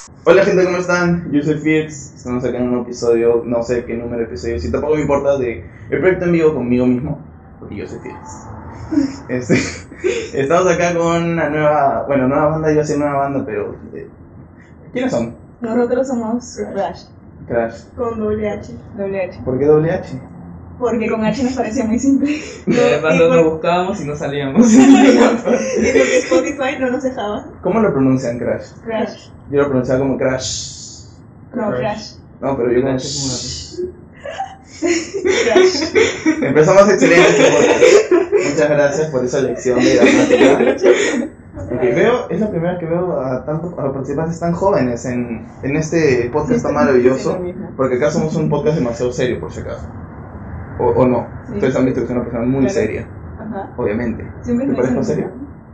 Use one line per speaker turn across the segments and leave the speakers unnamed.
Hola gente, ¿cómo están? Yo soy Fierce, estamos acá en un episodio, no sé qué número de episodio, si tampoco me importa, de el proyecto en vivo conmigo mismo, porque yo soy Fierce. Estamos acá con una nueva banda, yo hacía nueva banda, pero ¿quiénes son?
Nosotros somos Crash,
Crash.
con doble H.
¿Por qué doble H?
Porque con H nos parecía muy simple.
Cuando nos buscábamos y no salíamos.
Y porque Spotify no nos dejaba.
¿Cómo lo pronuncian Crash?
Crash.
Yo lo pronunciaba como Crash.
No, Crash.
No, pero yo como...
Crash.
Empezamos excelente este podcast. Muchas gracias por esa lección de gramática. Porque es la primera vez que veo a participantes tan jóvenes en este podcast tan maravilloso. Porque acá somos un podcast demasiado serio, por si acaso. ¿O no?
Sí.
Ustedes han visto que soy una persona muy seria.
Ajá.
Obviamente.
Siempre
¿Te
me
parezco
dicen
serio?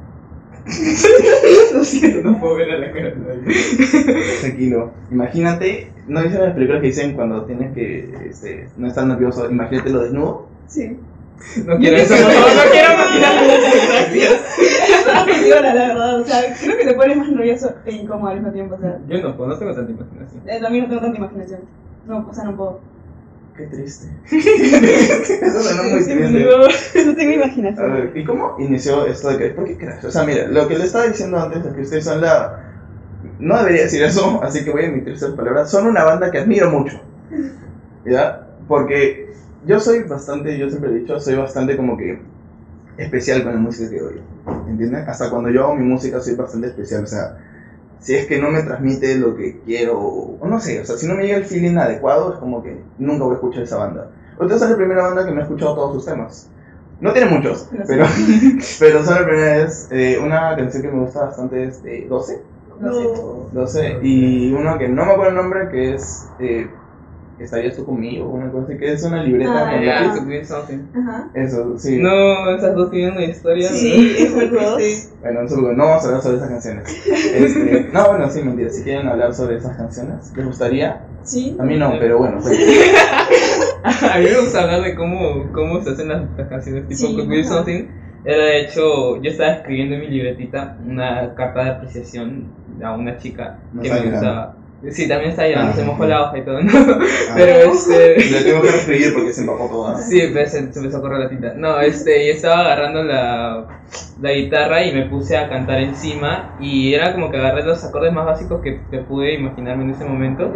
Lo siento, no puedo ver a la cara de nadie.
Tranquilo. Imagínate, ¿no viste las películas que dicen cuando tienes que no estar nervioso? Imagínatelo desnudo.
Sí.
No quiero eso, no quiero imaginar las gracias.
Digo la verdad, o sea, creo que te pones más nervioso e incómodo al mismo tiempo, o sea.
Yo no tengo tanta imaginación.
También no tengo tanta imaginación. No, o sea, no puedo.
Qué triste. Eso suena muy triste.
No tengo
A
imaginación.
ver, ¿y cómo inició esto de Crash? ¿Por qué Crash? O sea, mira, lo que le estaba diciendo antes es que ustedes son no debería decir eso, así que voy a emitir esas palabras. Son una banda que admiro mucho. ¿Ya? Porque yo siempre he dicho, soy bastante como que especial con la música que oigo. ¿Entienden? Hasta cuando yo hago mi música soy bastante especial. O sea, si es que no me transmite lo que quiero, o no sé, o sea, si no me llega el feeling adecuado, es como que nunca voy a escuchar esa banda. Ustedes son la primera banda que me ha escuchado todos sus temas. No tiene muchos, pero son la primera vez. Una canción que me gusta bastante es de 12.
No.
12, y uno que no me acuerdo el nombre, que es ¿Estarías tú conmigo? Una cosa así, que es una libreta con
ya.
lápiz.
Ajá.
Eso, sí.
No, esas dos tienen una historia.
Sí, es verdad. Sí.
Bueno, no vamos a hablar sobre esas canciones. No, bueno, sí, mentira. Si quieren hablar sobre esas canciones, ¿les gustaría?
Sí.
A mí no, pero bueno. Pues.
A mí me gusta hablar de cómo se hacen las canciones tipo
Sí,
Could Be
ajá.
Something. Era de hecho, yo estaba escribiendo en mi libretita una carta de apreciación a una chica
No
que
estaba
me gustaba. Sí, también estaba llorando,
Ah,
se mojó
sí.
la hoja y todo, ¿no?
Ah,
Pero
Le tengo que reescribir porque se empapó toda.
sí, pues, se empezó a correr la tinta. No, y estaba agarrando la guitarra y me puse a cantar encima. Y era como que agarré los acordes más básicos que pude imaginarme en ese momento.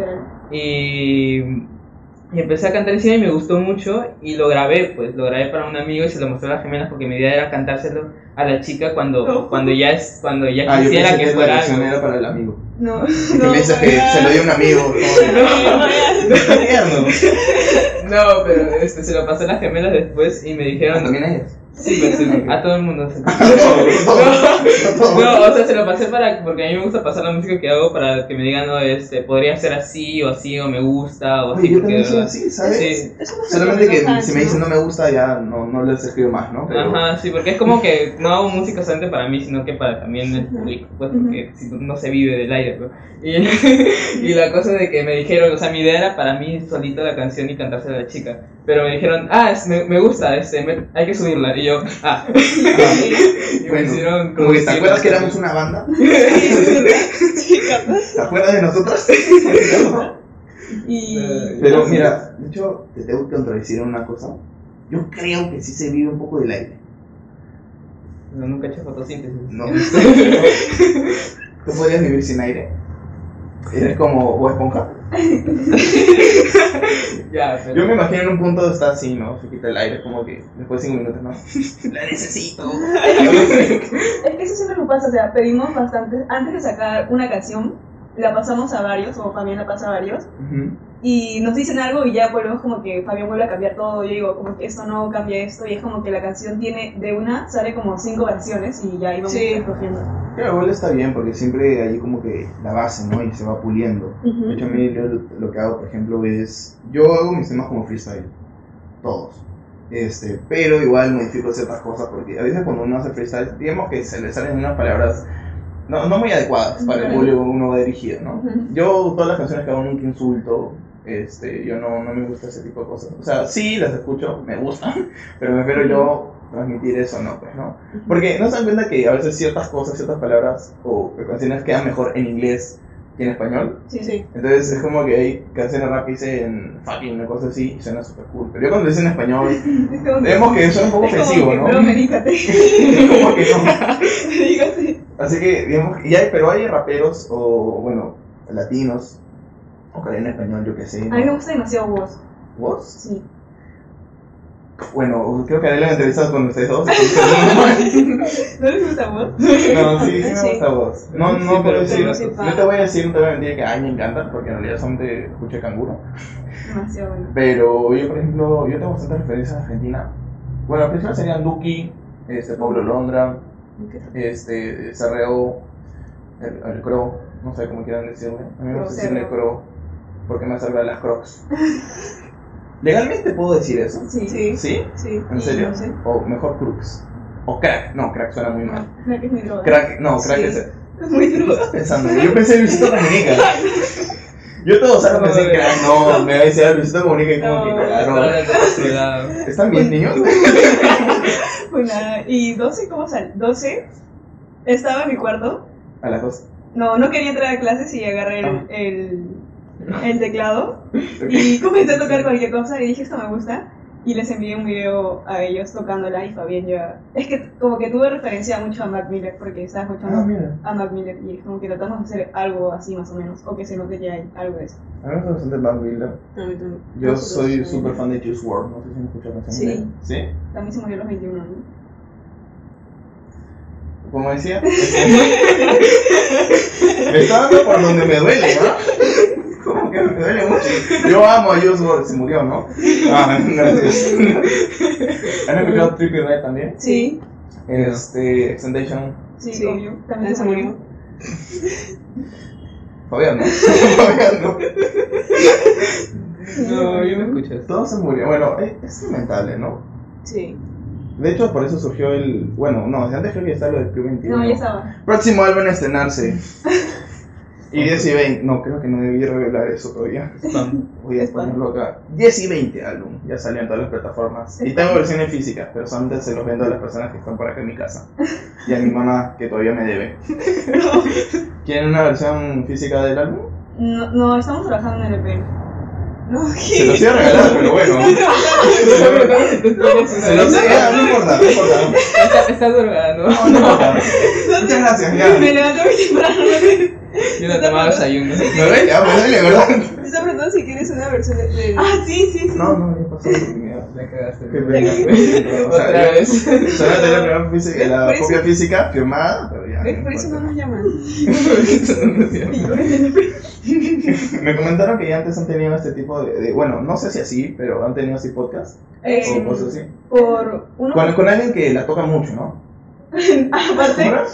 Y empecé a cantar encima y me gustó mucho. Y lo grabé para un amigo y se lo mostré a las gemelas porque mi idea era cantárselo a la chica cuando ya
Yo
quisiera
pensé
que
que la
fuera
canción
algo.
era para el amigo.
No.
Que me dices que se lo dio un amigo. No, tierno.
No, pero se lo pasé a las gemelas después y me dijeron...
También a ellos.
Sí, pues, a todo el mundo.
No,
No, o sea, se lo pasé porque a mí me gusta pasar la música que hago para que me digan, no, podría ser así, o me gusta, o así.
Oye, yo
porque,
también soy así, ¿sabes?
Sí.
Solamente que si me dicen no me gusta, ya no les escribo más, ¿no? Pero...
Ajá, sí, porque es como que no hago música solamente para mí, sino que para también el público, pues, porque si no se vive del aire, pues. Y la cosa de que me dijeron, o sea, mi idea era para mí solito la canción y cantársela a la chica, pero me dijeron, me gusta, hay que subirla, y yo, y me
Bueno,
hicieron
como que, ¿te
producir
acuerdas
la
que éramos
canción.
una banda?
Sí, capaz.
¿Te acuerdas de nosotros?
Y.
Pero mira, de hecho, te tengo que contradecir en una cosa. Yo creo que sí se vive un poco del aire.
No, nunca he hecho fotosíntesis.
No. ¿Tú podrías vivir sin aire? ¿Eres como Bob Esponja?
Ya, pero...
Yo me imagino en un punto de estar así, ¿no? Se quita el aire, como que después de 5 minutos, ¿no? La necesito.
Es que eso siempre nos pasa, o sea, pedimos bastante. Antes de sacar una canción, la pasamos a varios, o Fabián la pasa a varios, y nos dicen algo y ya volvemos como que Fabián vuelve a cambiar todo. Yo digo, como que esto no cambia esto, y es como que la canción sale como 5 versiones y ya íbamos escogiendo.
Pero igual está bien, porque siempre hay como que la base, ¿no? Y se va puliendo. De hecho, a mí lo que hago, por ejemplo, es... Yo hago mis temas como freestyle. Todos. Pero igual modifico ciertas cosas, porque a veces cuando uno hace freestyle, digamos que se le salen unas palabras no muy adecuadas para el público que uno va dirigido, ¿no? Yo, todas las canciones que hago nunca insulto. Yo no me gusta ese tipo de cosas. O sea, sí las escucho, me gustan, pero me espero yo transmitir eso, ¿no? Pues, ¿no? Porque no se dan cuenta que a veces ciertas cosas, ciertas palabras o canciones quedan mejor en inglés que en español.
Sí, sí.
Entonces es como que hay canciones rap que dicen fucking, una cosa así, y suena super cool. Pero yo cuando lo dicen en español, vemos que suena un poco ofensivo, ¿no?
Pero medícate.
Como que no.
Medícate.
Así que, digamos, pero hay raperos, o bueno, latinos, o que en español, yo qué sé.
A mí me gusta demasiado vos.
¿Vos?
Sí.
Bueno, creo que haré la entrevista con ustedes dos.
¿No les gusta vos?
No, sí me
Sí.
gusta vos. No,
Sí,
no puedo
pero
decir,
no soy
no
fan.
te voy a decir, no te voy a mentir que a mí me encanta, porque en realidad solamente escuché Canguro.
Demasiado bueno.
Pero yo, por ejemplo, yo tengo bastantes referencias a Argentina. Bueno, las principales serían Duki, Pablo Londra, Sarreo, el Crow, no sé cómo quieran decirle. A mí me gusta decirle
Cerro.
Crow, porque me acerca a las Crocs. ¿Legalmente puedo decir eso?
Sí.
¿Sí?
Sí.
¿En serio?
No sé.
O mejor Crux. O Crack. No, Crack suena muy mal.
Crack es muy droga.
Crack, no, Crack
Sí.
es...
Es muy
¿Qué
droga.
estás pensando? Yo pensé en Luisito Comunica. Yo todos saben pensé en Crack. No, me va a decir Luisito Comunica y como que
No.
claro. ¿Están bien, niños?
Pues nada. ¿Y 12 cómo sale? 12 estaba en mi cuarto.
A las 2.
No quería entrar a clases y agarré
Ah.
el teclado y comencé a tocar cualquier cosa y dije esto me gusta y les envié un video a ellos tocándola y Fabián ya... Es que como que tuve referencia mucho a Mac Miller porque estaba escuchando
mira.
a Mac Miller y es como que tratamos de hacer algo así más o menos o que se note que hay algo de eso.
A mí me gusta bastante Mac Miller. Yo soy súper fan de Juice WRLD. No sé si me escuchas la canción.
Sí.
de él. ¿Sí?
También se murió a los 21, ¿no?
Como decía, me está dando por donde me duele, ¿no? Como que me duele mucho. Yo amo a Juice WRLD, se murió, ¿no? Ah, gracias. ¿Han escuchado Trippie Redd también?
Sí,
Extentation.
sí, obvio.
También se murió.
Fabián, ¿no? Fabián, ¿no?
No, yo me escuchas.
Todos se murieron. Bueno, es lamentable, ¿no?
Sí.
De hecho, por eso surgió el... Bueno, no, antes creo que ya está lo del Club 21.
No, ya estaba.
Próximo álbum a estrenarse. Y 10 y 20. No, creo que no debí revelar eso todavía. Voy a
Spam.
ponerlo acá. 10 y 20 álbum. Ya salió en todas las plataformas. Y tengo versiones físicas, pero solamente se los vendo a las personas que están por acá en mi casa. Y a mi mamá, que todavía me debe. ¿Quieren una versión física del álbum?
No, estamos trabajando en el EP. No,
Se los
¿qué?
iba a regalar, pero bueno. Se los iba no importa, no importa.
Está drogada, ¿no?
No importa. Muchas gracias, ya.
Me levanto muy temprano.
Yo no tomaba desayuno.
Me duele, ¿verdad?
Me está preguntando si quieres una versión de...
Ah, sí.
No, ya pasó la oportunidad.
La cagaste.
Qué pena. O sea,
Otra vez.
Solamente la primera física, la
Por eso-
copia física firmada, pero ya.
¿Ves? Por eso no nos llaman.
Me comentaron que ya antes han tenido este tipo de bueno, no sé si así, pero han tenido así podcast o cosas así.
Por uno.
Con alguien que la toca mucho, ¿no?
Aparte,
¿Ahora?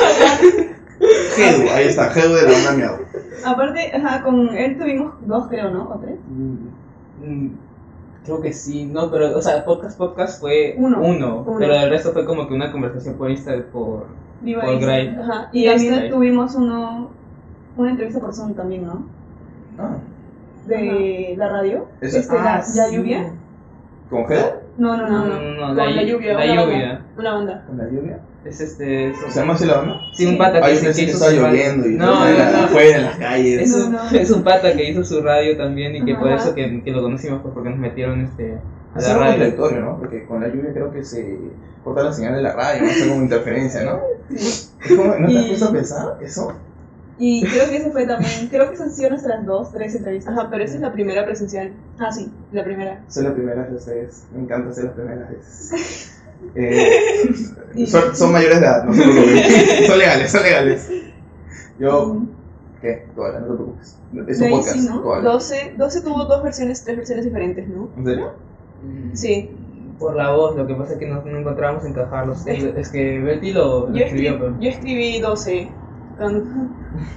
Gedu, ahí está, Gedu de la Onda Miau.
aparte, ajá, con él tuvimos 2, creo, ¿no? ¿O 3?
Creo que sí, no, pero, o sea, podcast fue
Uno.
pero el resto fue como que una conversación por Instagram, por Grey.
Ajá. Y
Y
también
este-
tuvimos una entrevista por Zoom también, ¿no?
Ah,
De la radio.
Esa-
La
sí.
Ya Lluvia.
¿con Gedu?
No.
No,
Con la lluvia,
la
una
lluvia.
Una banda.
¿Con la lluvia?
Es
¿Se llama así la banda?
Sí, un pata
Ah,
que
yo
dice
pensé
que
que
hizo
estaba
su radio.
lloviendo y
No,
afuera en las calles.
Es,
No,
un,
no.
es un pata que hizo su radio también y que por
Ajá.
eso que lo conocimos, pues porque nos metieron a
Es
la
algo
radio.
contradictorio, ¿no? Porque con la lluvia creo que se corta la señal de la radio, no sé como interferencia, ¿no? Es como, ¿no te has puesto a pensar eso?
Y creo que ese fue también. Creo que esas han sido nuestras 2, 3 entrevistas.
Ajá, pero esa es la primera presencial.
Ah, sí.
La primera.
Son las primeras de ustedes, me encanta ser las primeras veces.
Y-
Son mayores de edad, no se preocupen. Son legales. Yo, ¿qué? Todavía, no te preocupes. Es un
Daisy,
podcast,
¿no?
todavía.
12 tuvo 2 versiones, 3 versiones diferentes, ¿no?
¿En serio?
Sí.
Por la voz, lo que pasa es que no encontrábamos encajarlos. Es que Betty lo
Yo
escribió, pero...
escribí 12. Con...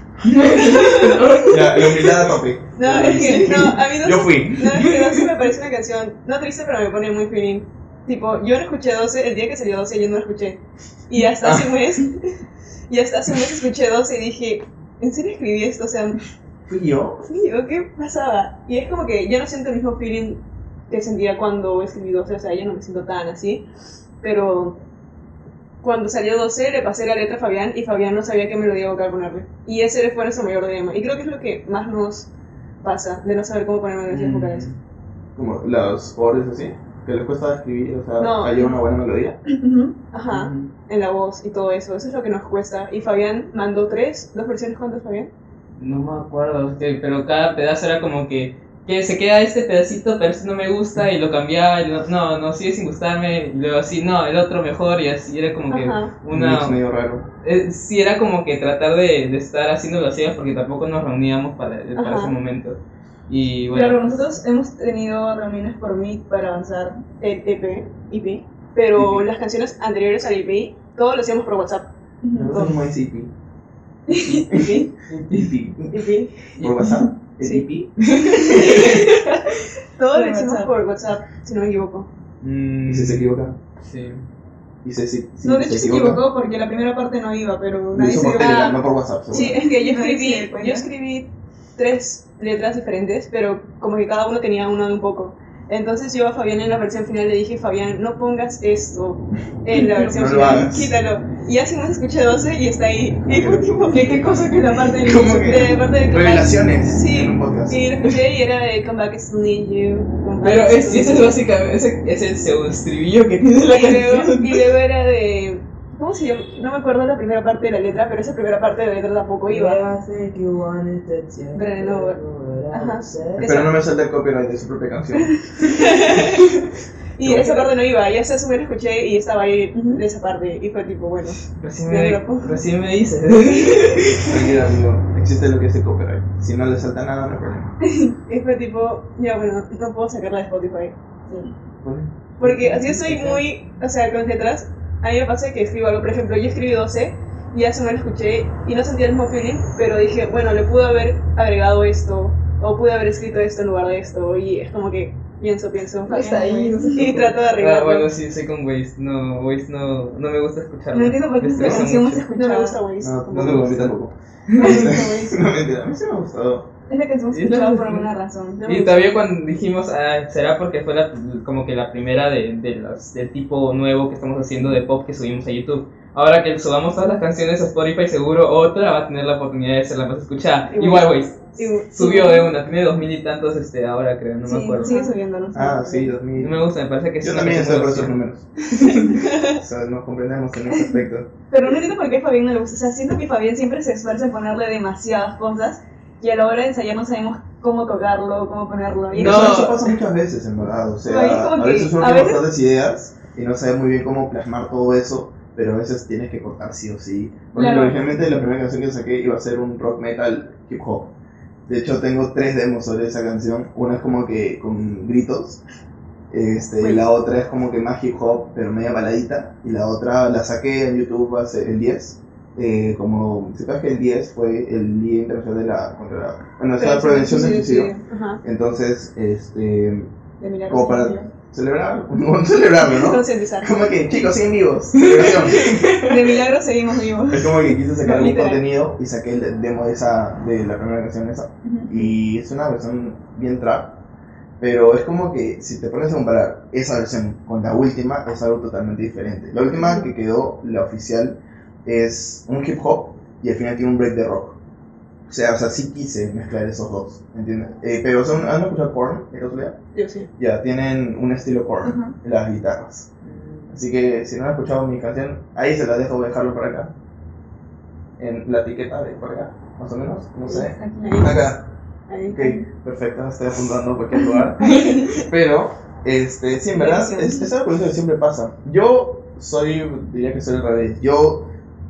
Ya, la humildad a tope.
No, es que no, a mí 12,
Yo fui.
No, es que 12 me parece una canción, no triste, pero me pone muy feeling. Tipo, yo no escuché 12, el día que salió 12 yo no lo escuché. Y hasta hace un mes, escuché 12 y dije, ¿en serio escribí esto? O sea,
¿Fui yo?
¿qué pasaba? Y es como que yo no siento el mismo feeling que sentía cuando escribí 12, o sea, yo no me siento tan así. Pero cuando salió 12 le pasé la letra a Fabián y Fabián no sabía qué melodía vocal ponerle. Y ese fue nuestro mayor dilema. Y creo que es lo que más nos pasa, de no saber cómo poner melodías vocales.
Como los pobres así, que les cuesta escribir, o sea,
No.
hallar una buena melodía.
Ajá, en la voz y todo eso. Eso es lo que nos cuesta. Y Fabián mandó 2 versiones. ¿Cuántas, Fabián?
No me acuerdo, pero cada pedazo era como que se queda este pedacito, pero este no me gusta, y lo cambiaba, y no, sigue sin gustarme, y luego así, no, el otro mejor, y así era como que
Ajá.
Es medio raro.
sí, era como que tratar de estar haciéndolo así, porque tampoco nos reuníamos para
Ajá.
ese momento. Y bueno,
Claro, nosotros hemos tenido reuniones por Meet para avanzar.
El EP, pero las canciones anteriores al EP, todo lo hacíamos por WhatsApp.
No es muy CP.
EP,
EP.
EP.
¿Por WhatsApp?
Sí.
EP.
Todo
Por
lo hicimos
WhatsApp.
por WhatsApp, si no me equivoco.
¿Y si se equivoca?
sí.
¿Y si
No, de hecho se equivocó porque la primera parte no iba, pero
Lo
nadie
hizo
se
por
dio
Telegram,
cuenta.
no por WhatsApp. seguro.
Sí, es que yo
Nadie se dio cuenta.
escribí 3 letras diferentes, pero como que cada uno tenía uno de un poco. Entonces yo a Fabián en la versión final le dije, Fabián, no pongas esto en la versión
No lo
final,
hagas.
quítalo. Y así más escuché 12 y está ahí. Y fue tipo,
¿Qué cosa que la parte del
¿Cómo
inicio?
que?
de parte de
Revelaciones
Sí,
en un podcast.
y lo escuché y era de Come Back, I Still Need You. Come Back,
Pero
I
ese
Still
es
Need You.
básicamente, ese es el pseudoestribillo que tiene la
Y luego,
canción.
y luego era de... ¿Cómo se llama? No me acuerdo la primera parte de la letra, pero esa primera parte de la letra tampoco iba. Pero de nuevo. Ajá.
Pero no me salta el copyright de su propia canción.
Y esa parte no iba, ya se asume la escuché y estaba ahí de esa parte. Y fue tipo, bueno.
Recién me dices.
Tranquilo, amigo. Existe lo que es el copyright. Si no le salta nada, no hay problema.
Y fue tipo, ya bueno, no puedo sacarla de Spotify.
Sí.
¿Vale?
Porque así soy muy, o sea, con letras. A mí me pasa que escribo algo, por ejemplo, yo escribí 12 y ya se me lo escuché y no sentía el mismo feeling, pero dije, bueno, le pude haber agregado esto o pude haber escrito esto en lugar de esto y es como que pienso.
Está ahí, no sé.
Y trato de arreglarlo.
Bueno, sí, soy con Waze. Waze no me gusta escucharlo.
No entiendo por qué
Me
esta
estresa
canción no
mucho.
se
No
escuchaba.
me gusta Waze.
No te gusta tampoco.
No me gusta Waze.
No, mentira. A mí sí me ha gustado.
Es la que hemos
Sí,
escuchado
no,
por
sí.
alguna razón.
No me
Y
gusta.
todavía cuando dijimos, será porque fue como que la primera del tipo nuevo que estamos haciendo de pop que subimos a YouTube. Ahora que subamos todas las canciones a Spotify, seguro otra va a tener la oportunidad de ser la más escuchada. Igual, Waze. Subió de una, tiene 2000 y tantos ahora creo, no me
Sí,
acuerdo.
sigue subiendo, no sé.
Ah, sí, 2000.
No me gusta, me parece que es
Yo
una
también
canción
estoy por
muy
esos
graciosa.
números. O sea, nos comprendemos en ese aspecto.
Pero no entiendo por qué a Fabián no le gusta. O sea, siento que Fabián siempre se esfuerza en ponerle demasiadas cosas y a la hora de ensayar no sabemos cómo tocarlo, cómo ponerlo. Y
No.
Eso pasa muchas veces, en verdad. O
Ay, es
sea,
como
a veces
que-
uno
a
tiene
veces-
bastantes ideas y no sabe muy bien cómo plasmar todo eso, pero a veces tienes que cortar sí o sí. Por ejemplo,
Claro.
originalmente la primera canción que saqué iba a ser un rock metal hip hop. De hecho, tengo 3 demos sobre esa canción. Una es como que con gritos. Y la otra es como que más hip hop, pero media baladita. Y la otra la saqué en YouTube hace el 10. Como si sabes que el 10 fue el Día Internacional de la contra la, bueno, esa prevención del suicidio.
Ajá.
Entonces,
de milagros.
como para celebrar, no celebrarlo, ¿no?
Concientizar.
Como que chicos, siguen vivos. Celebración.
De milagros seguimos vivos.
Es como que quise sacar algún
Literal.
contenido y saqué el demo de la primera canción esa. Y es una versión bien trap, pero es como que si te pones a comparar esa versión con la última, es algo totalmente diferente. La última que quedó, la oficial, es un hip hop y al final tiene un break de rock. O sea, sí quise mezclar esos dos, ¿entiendes? Pero ¿han escuchado Korn de casualidad?
Yo sí.
Ya, tienen un estilo Korn,
Ajá.
las guitarras. Así que si no han escuchado mi canción, ahí se la dejo, voy a dejarlo por acá. En la etiqueta de por acá, más o menos, no sé.
Aquí.
Acá.
Ahí.
Ok, perfecto, estoy apuntando a cualquier lugar. Pero, sí, en verdad, es algo que siempre pasa. Yo diría que soy al revés. Yo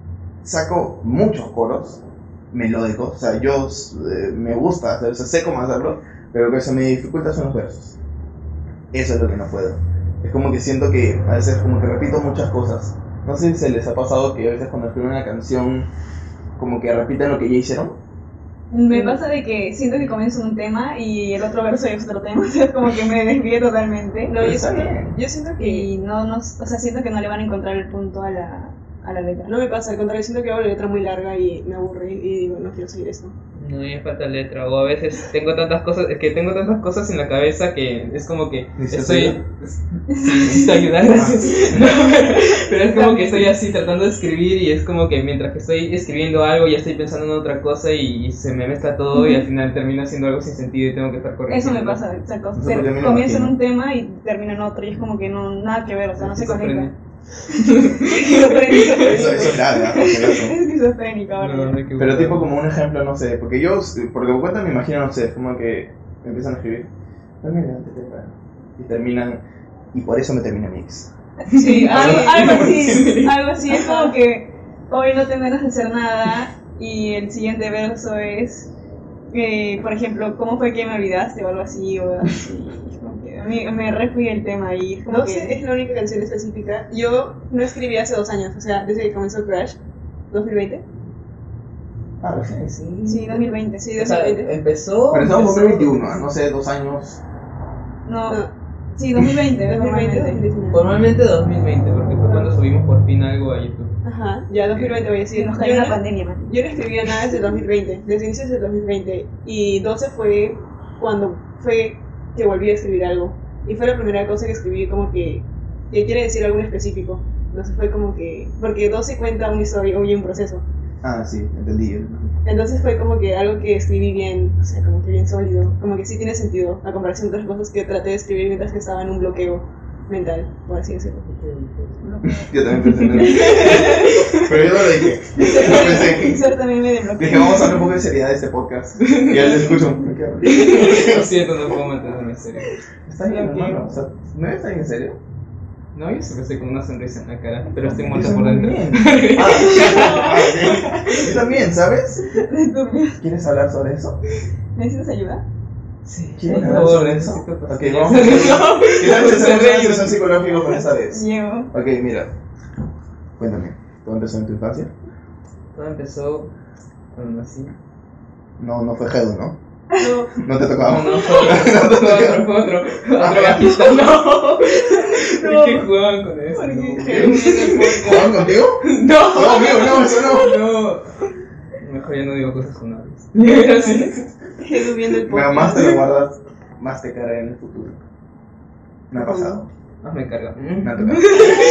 saco muchos coros melódicos, o sea, yo me gusta hacer, o sea, sé cómo hacerlo, pero lo que se me dificulta son los versos. Eso es lo que no puedo. Es como que siento que a veces como que repito muchas cosas. No sé si se les ha pasado que a veces cuando escriben una canción como que repiten lo que ya hicieron.
Me pasa de que siento que comienzo un tema y el otro verso es otro tema. O sea, es como que me desvío totalmente.
No, yo siento que
Y no, o sea, siento que no le van a encontrar el punto a a la letra.
No me pasa, al contrario, siento que hago la letra muy larga y me aburre y digo, no quiero seguir esto.
No me falta letra, o a veces tengo tantas cosas, es que tengo tantas cosas en la cabeza que es como que estoy... Necesito ayuda, gracias. No, pero es como que estoy así tratando de escribir y es como que mientras que estoy escribiendo algo ya estoy pensando en otra cosa y se me mezcla todo y al final termina siendo algo sin sentido y tengo que estar corrigiendo.
Eso me pasa, exacto.
No sé por qué me
Comienza en
imagino.
un tema y termina en otro y es como que no nada que ver, o sea, no se conecta.
Eso es nada,
Es esquizofrénico,
No,
¿verdad?
no hay que
Pero
buscar.
tipo como un ejemplo, no sé, porque yo, porque por cuenta me imagino, no sé, es como que empiezan a escribir, "Ay, mira, antes temprano", y terminan, y por eso me termina mi ex.
Sí, algo así, es como que hoy no tengo ganas de hacer nada y el siguiente verso es, por ejemplo, ¿cómo fue que me olvidaste? O algo así, Es como que a mí me re fui el tema y es como
No
que...
sé, es la única canción específica. Yo no escribí hace 2 años, o sea, desde que comenzó Crash, 2020.
Ah, recién.
Sí, 2020.
Sí,
O sea,
2020.
empezó...
Pero estamos en
empezó-
2021, no sé, 2 años.
No,
No,
sí, 2020,
2020,
normalmente.
2019.
Formalmente 2020, porque fue cuando subimos por fin algo a YouTube.
Ajá, ya 2020 voy a
Sí,
decir.
nos
Yo
cayó la
no-
pandemia, man.
Yo no escribía nada desde 2020, desde inicios del 2020. Y 12 fue cuando fue que volví a escribir algo. Y fue la primera cosa que escribí como que quiere decir algo en específico. Entonces fue como que... Porque 12 cuenta una historia y un proceso.
Ah, sí, entendí.
Entonces fue como que algo que escribí bien, o sea, como que bien sólido. Como que sí tiene sentido, a comparación de otras cosas que traté de escribir mientras que estaba en un bloqueo mental, por así decirlo.
Yo también pensé en eso. Pero yo no lo dije. Yo pensé,
Insert también me desbloqueó.
dije, vamos a hablar un poco de seriedad de este podcast. Y ya le escucho.
Lo siento, no puedo mantenerme en serio.
Está bien, hermano. O sea, ¿no está bien en serio?
No, yo siempre estoy con una sonrisa en la cara, pero estoy
Yo
muerta por dentro.
también. Sí. Yo también, ¿sabes? ¿Quieres hablar sobre eso?
¿Necesitas ayuda?
Sí,
¿Quieren
por
hablar
favor,
sobre eso?
necesito
Ok,
pastillas.
vamos a hacer ¿qué tal si
Se
hacemos una
reí.
sesión psicológica con esta vez?
Llevo.
Ok, mira. Cuéntame. ¿Todo empezó en tu infancia?
Todo empezó cuando nací.
No, no fue Hedu, ¿no?
No,
No te tocaba.
No, fue otro bajista, no. ¿Por qué jugaban con eso?
¿Jugaban contigo?
No,
No, amigo, no, eso no.
no. Mejor ya no digo cosas sonables. Así.
Edu viendo el
Pero
podcast.
más te lo guardas, más te caerá en el futuro. Me ha pasado.
Me carga.
Me ha tocado.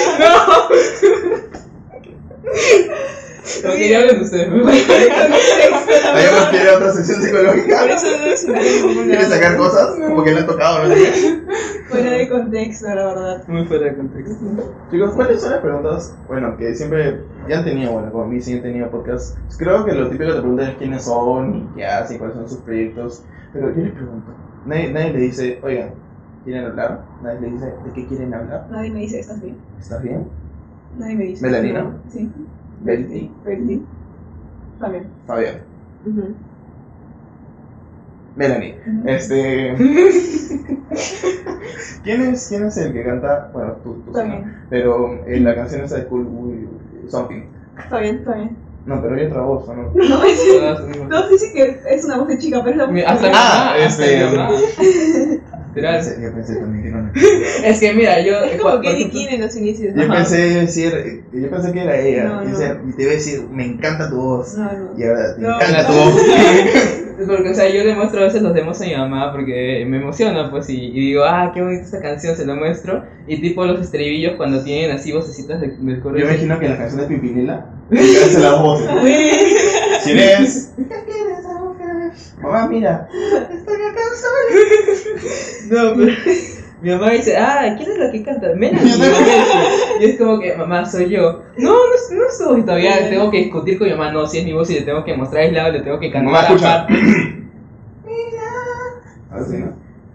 No, que ya hablen ustedes.
¿Alguien quiere otra sesión psicológica?
Por eso no es un
¿Quieres sacar cosas? Como que le han tocado, ¿no?
Fuera de contexto, la verdad.
Muy fuera de contexto.
Chicos, ¿cuáles son las preguntas? Bueno, que siempre ya han tenido, bueno, como a mí sí han tenido podcast. Creo que lo típico que te preguntan es quiénes son y qué hacen, cuáles son sus proyectos. Pero yo les pregunto, nadie le dice, oigan, ¿quieren hablar? Nadie le dice, ¿de qué quieren hablar?
Nadie me dice, ¿estás bien?
¿Estás bien?
Nadie me dice.
¿Melanina?
No, sí.
Betty,
Betty. Fabián.
Fabián,
Ujú.
Melanie. ¿Quién es el que canta? Bueno, tú
Fabián.
sabes, pero la canción esa de Cool Something.
Fabián.
Fabián.
No, pero hay otra voz, ¿o no?
No, todos dicen que es una voz de chica, pero es la voz de
Hasta mi
Ah,
mamá, hasta mi mamá. Literal.
Yo pensé también que no.
Es que mira, yo.
Es como Katy King en los inicios.
Yo
Ajá.
pensé que era ella.
No, no.
Y te iba a decir, me encanta tu voz.
No, no.
Y ahora te
No.
encanta tu voz.
Porque, o sea, yo le muestro a veces los demos a mi mamá porque me emociona, pues, y digo, ah, qué bonita esta canción, se lo muestro. Y tipo los estribillos cuando tienen así vocecitas del coro.
Yo me imagino que en la canción de Pimpinela hace la voz. Si ves. Mamá, mira. Estoy acá sola.
No, pero mi mamá dice, ah, ¿quién es la que canta? Melanie. Y es como que, mamá, soy yo. No es tu voz. Y todavía tengo que discutir con mi mamá, no, si es mi voz y le tengo que mostrar aislado, le tengo que cantar.
Mamá, escucha.
aparte.
Así, ¿no?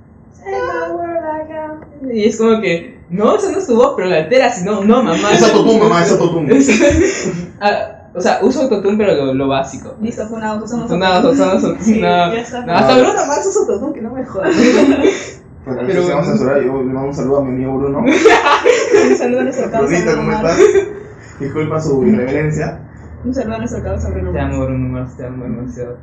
Y es como que, no, esa no es tu voz, pero la alteras, y no, mamá.
Es autotune, mamá, es autotune.
O sea, uso autotune, pero lo básico.
Listo, fue una auto. Somos
Sí,
ya está.
hasta Bruno Mars usa autotune, que no me jodas.
Bueno,
Pero-
se vamos a censurar. Yo le mando un saludo a mi amigo Bruno.
Un saludo a nuestro causa
Brunito,
Bruno
¿cómo
Mars.
estás? Disculpa su irreverencia.
Un saludo a nuestro causa Bruno
Te
Mars.
amo, Bruno Mars, te amo demasiado.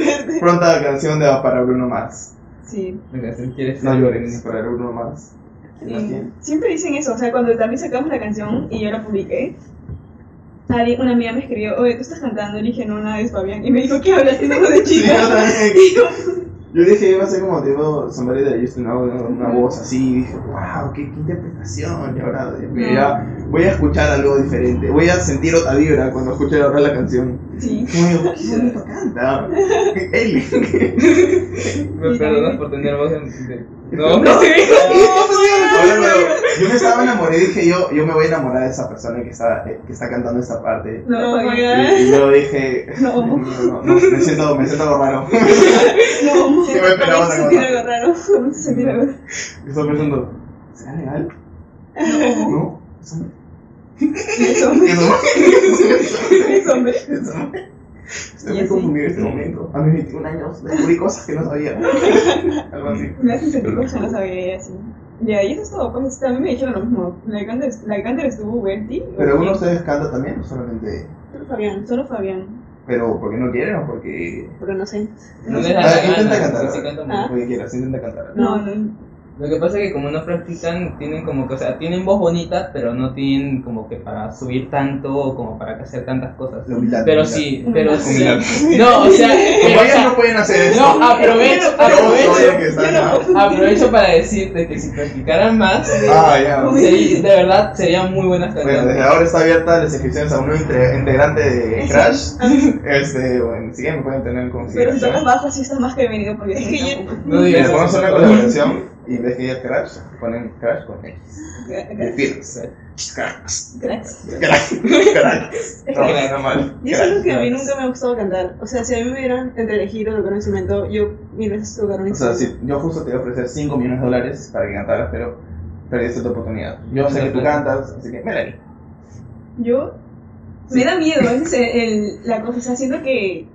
Pronta canción para Bruno Mars.
Sí.
La canción quieres
No
ser
llores para Bruno Mars. ¿Quién más tiene?
Siempre dicen eso, o sea, cuando también sacamos la canción y yo la publiqué, una amiga me escribió, oye, ¿tú estás cantando? Y le dije, no, nada, es Fabián. Y me dijo, ¿qué hablas? Tiene voz de
Sí,
chica.
yo también.
Y yo,
Yo dije, iba a ser como tipo Somebody That Used to Know, una voz así, y dije, wow, qué interpretación, y ahora, Dios mío, ya voy a escuchar algo diferente, voy a sentir otra vibra cuando escuche ahora la canción.
sí.
Como digo, qué bonito canta, Eli.
Me perdonas por tener voz de... No,
Ahora, yo me estaba enamorado y dije, yo me voy a enamorar de esa persona que está cantando esta parte.
No,
Oh my
Fabián.
Y yo dije,
No.
me siento algo raro.
No,
Sí, me esperaba otra
sentir
cosa.
algo raro. Me hizo sentir algo raro.
Estoy pensando, ¿será legal? No. ¿Es hombre?
Es hombre.
¿Es hombre?
Es hombre.
¿Es hombre? Estoy
Y
muy
así.
confundido en este momento. A mis 21 años descubrí cosas que no sabía. Algo así.
Me hace sentir cosas que no sabía y así. Ya, y eso es todo. Pues a mí me dijeron lo mismo. La Canter estuvo Bertie.
Pero alguno de ustedes canta también, o solamente.
Solo Fabián,
Solo Fabián.
Pero porque no quieren o porque.
pero no sé.
no
sé.
les da la
Intenta
gana,
cantar.
sí canta muy
Ah.
bien.
Porque quieras, intenta cantar.
No.
Lo que pasa es que como no practican, tienen como que, o sea, tienen voz bonita, pero no tienen como que para subir tanto o como para hacer tantas cosas.
La humildad,
Pero
humildad.
sí, pero sí.
Humildad.
No, o sea,
Como
pero, o
ellas
sea,
no pueden hacer eso.
no, aprovecho
que están
aprovecho para decirte que si practicaran más,
Ah, ya.
de verdad serían muy buenas
Bueno, desde
cantantes.
ahora está abierta las inscripciones a un integrante de Crash. Bueno, si quieren me pueden tener en
Pero si
consideración.
tocas bajo, sí estás más que bienvenido porque
Es que yo-
No
Mira,
digas
ponemos
eso,
una
por favor.
colaboración y en vez que diga Crash, ponen Crash con X. De Fears. Cracks.
Cracks.
Cracks. No, está mal.
Y eso es lo que a mí
Cracks.
nunca me ha gustado cantar. O sea, si a mí me dieran entre elegir o tocar un instrumento, yo mil veces tocar un
O sea,
instrumento.
si yo justo te iba a ofrecer $5 millones para que cantaras, pero perdiste tu oportunidad. Yo sé que tú cantas, así que Melanie.
Yo. Me da miedo, esa es la cosa. O sea, siento que.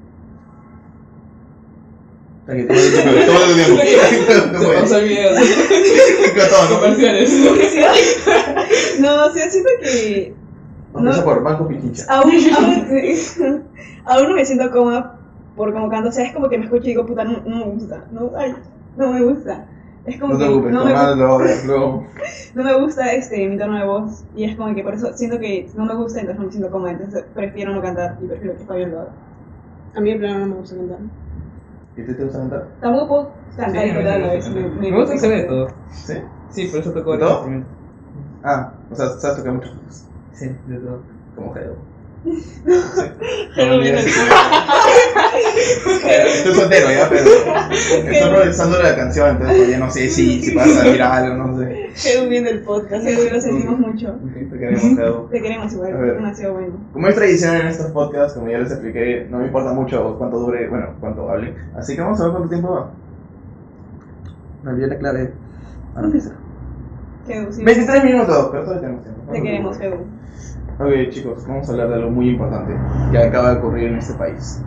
Todo el tiempo.
Se pasó el video.
Todo, ¿no?
Comerciales.
No, o sea, siento que.
Empieza por Banco Pichincha.
Aún no me siento cómoda por cómo canto. O sea, es como que me escucho y digo, puta, no me gusta. No me gusta. Es como
No te
que
preocupes,
no me,
luego.
no me gusta mi tono de voz. Y es como que por eso siento que no me gusta, entonces no me siento cómoda. Entonces prefiero no cantar y prefiero que Fabián lo haga.
A mí en plano no me gusta cantar.
¿Y te gusta cantar?
Tampoco puedo cantar y cantar a la vez.
Me gusta hacer de todo.
¿Sí?
Sí, por eso toco
¿De
el
todo?
instrumento.
Ah, o sea, sabes tocar muchas cosas.
Sí, de todo.
Como Geo.
Pero mira,
Estoy soltero ya, pero estoy improvisando la canción, entonces todavía no sé si va a salir algo, no sé.
Edu viendo el podcast.
Sí, lo sentimos mucho.
Te queremos, Geo.
Te queremos igual,
A ver.
demasiado bueno.
Como es tradición en estos podcasts, como ya les expliqué, no me importa mucho cuánto dure, bueno, cuánto hable. Así que vamos a ver cuánto tiempo va. Me olvidé la clave. Ahora empieza.
Edu, sí.
23 minutos, pero todavía tenemos tiempo.
Te queremos, Edu.
Ok, chicos, vamos a hablar de algo muy importante que acaba de ocurrir en este país.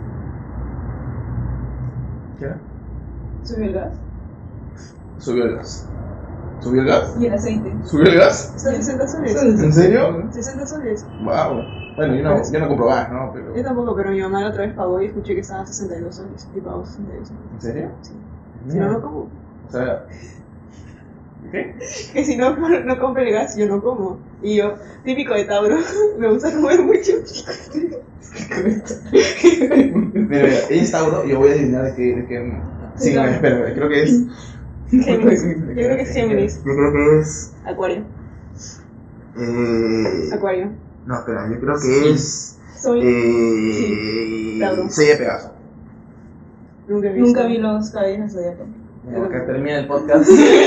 ¿Qué era?
Subió el gas
Subió el gas. ¿Subió el gas?
y el aceite.
¿Subió el gas?
Está 60 soles.
¿En serio?
60 soles.
Wow. Bueno, yo no compro gas, ¿no? Pero...
Yo tampoco, pero mi mamá la otra vez pagó y escuché que estaba a 62 soles. Y pagó 62 soles.
¿En serio?
Sí. Si no, no como.
O sea... ¿Qué?
Que si no compro el gas, yo no como. Y yo, típico de Tauro, me gusta comer mucho.
Mira, ella es Tauro, yo voy a adivinar de qué... Sí, no, espera, creo que es...
Géminis. Yo creo que es Géminis.
Yo creo que es...
Acuario. Acuario.
No, espera, yo creo que es...
Soy.
Sí, Tauro.
Sella Pegaso.
Nunca he visto.
Nunca vi los caballeros de Zodíaco.
Como que termina el podcast.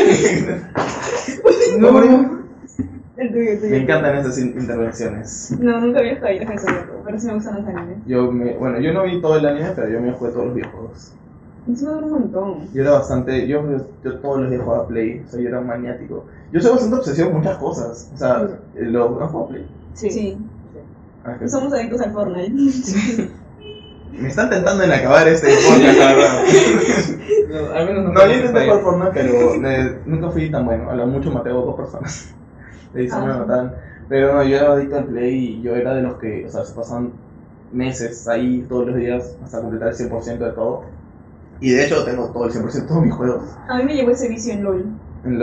No.
No,
El tuyo, el tuyo.
me encantan esas intervenciones.
No, nunca vi los caballeros de Zodíaco, pero sí me gustan los animes.
Bueno, yo no vi todo el anime, pero yo me jugué todos los videojuegos.
Eso me dura un montón.
Yo era bastante, yo todos los días jugaba Play, o sea, yo era un maniático. Yo soy bastante obsesivo con muchas cosas, o sea, ¿no juego Play?
Sí.
Ah, que-
Somos adictos al Fortnite.
Me están tentando en acabar este podcast, la verdad.
No, al menos
No, yo intenté jugar Fortnite, pero nunca fui tan bueno. A lo mucho maté a 2 personas. De ahí se me mataban. Pero no, yo era adicto al Play y yo era de los que, o sea, se pasaban meses ahí todos los días hasta completar el 100% de todo. Y de hecho tengo todo el 100% de todos mis juegos.
A mí me llegó ese vicio en LOL.
¿En LOL?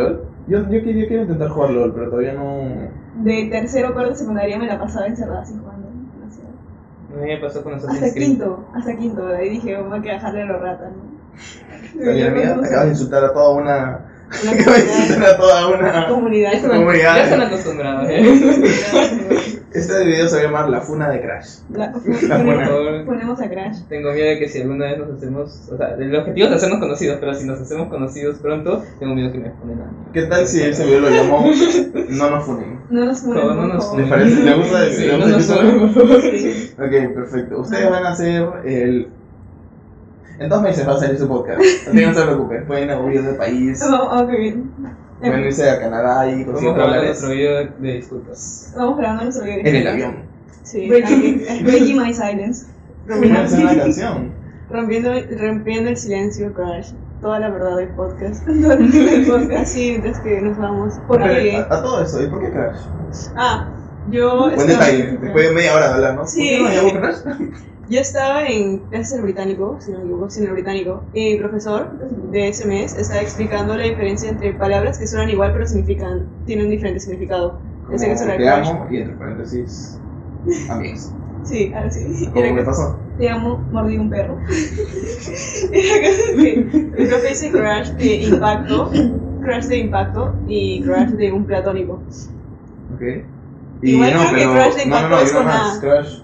Yo quiero intentar jugar LOL, pero todavía no.
De tercero o cuarto secundaria me la pasaba encerrada así jugando. Demasiado.
A mí me pasó con Assassin's
Hasta
Creed.
quinto. De ahí dije, vamos a que bajarle a los ratas, ¿no?
Oye, mía, acabas de insultar a toda una.
Una
Acabas de insultar a toda una.
comunidad.
Comunidad.
Ya están acostumbrados.
Este video se va a llamar La Funa de Crash.
Ponemos a Crash.
Tengo miedo de que si alguna vez nos hacemos, o sea, el objetivo es hacernos conocidos, pero si nos hacemos conocidos pronto, tengo miedo que me ponen a mí.
¿Qué tal si ese video lo llamó No nos funen?
No nos mueren,
No, no
por
nos
favor.
¿Les parece? ¿Le gusta
Sí,
¿le
no
gusta
nos
eso?
ponen, por favor.
Sí.
Ok, perfecto. Ustedes van a hacer el. En 2 meses va a salir su podcast. No se preocupen. Pueden huir del país.
Ok, bien.
Pueden irse a Canadá y
Vamos
conseguir
grabando
dólares
nuestro video de disculpas.
Vamos grabando nuestro video.
en el avión.
Sí.
Breaking my silence.
Pueden hacer una canción.
Rompiendo el silencio, Crash. Toda la verdad del podcast.
El podcast.
Así, mientras que nos vamos.
¿Por
Pero,
qué?
a todo eso, ¿y por qué Crash?
Yo
Buen
estaba,
detalle. Después de media hora de hablar, ¿no?
Sí.
¿Por qué no llamó Crash?
yo estaba en clases en el británico, si no me equivoco, sí, en el británico. Y mi profesor de ese mes estaba explicando la diferencia entre palabras que suenan igual pero tienen diferente significado. Ese que
Como
suena
te
Crash.
amo y entre paréntesis amigos.
Sí, así.
¿Cómo me pasó?
Te amo, mordí un perro.
Y la cosa es que mi profe dice Crash de impacto y Crash de un platónico.
Ok.
Igual creo que Crash de
no,
impacto es
y uno
con
más.
A.
Crash.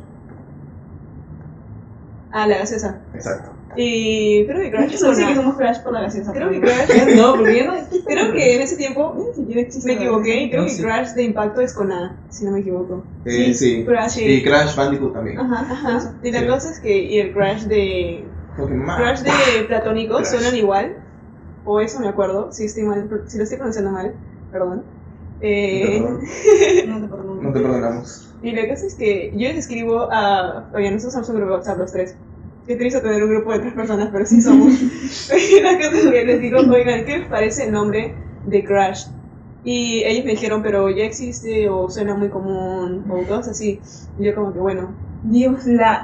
Ah, la gaseosa.
Exacto.
Y creo que Crash es con
Así que
A.
somos Crash por la gaseosa.
Creo que
pero
Crash.
No, porque ya no.
Creo que en ese tiempo
ni siquiera existe
me
la
equivoqué y creo
No,
que
sí.
Crash de impacto es con A, si no me equivoco.
Sí.
Crash.
Sí.
Y Crash Bandicoot también.
Ajá.
Ajá. Y la
Sí.
cosa es que y el Crash de
Pokémon.
platónico
Crash.
suenan igual. O eso me acuerdo, si lo estoy pronunciando mal, perdón.
No te
No te perdono.
No te perdonamos.
Y la cosa es que yo les escribo a. Oye, nosotros somos un grupo de WhatsApp los tres. Qué triste tener un grupo de 3 personas, pero sí somos. Y la cosa es que les digo, oigan, ¿qué les parece el nombre de Crash? Y ellos me dijeron, pero ya existe o suena muy común o cosas así. Y yo como que bueno.
Dios,